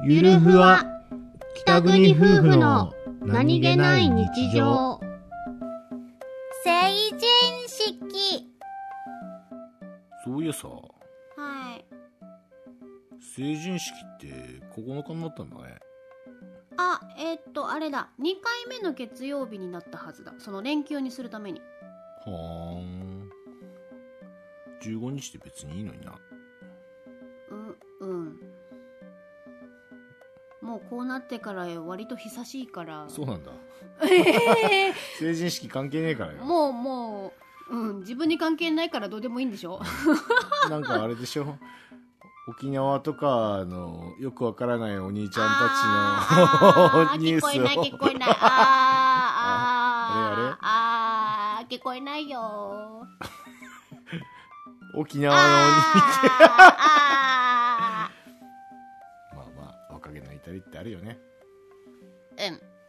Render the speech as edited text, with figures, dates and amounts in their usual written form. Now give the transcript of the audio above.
ゆるふわ北国夫婦の何気ない日常。 成人式。 そういやさ、 はい。 成人式って9日になったんだね。 あれだ、2回目の月曜日になったはずだ。その連休にするために。 はーん。15日って別にいいのにな。 うん。もうこうなってから割と久しいから。 そうなんだ。成人式関係ねえからよ。 もう、自分に関係ないからどうでもいいんでしょ。 なんかあれでしょ。沖縄とかのよくわからないお兄ちゃんたちのニュースを。 聞こえない。 あれ聞こえないよ。 沖縄のお兄ちゃん。まあ若気の至りってあるよね。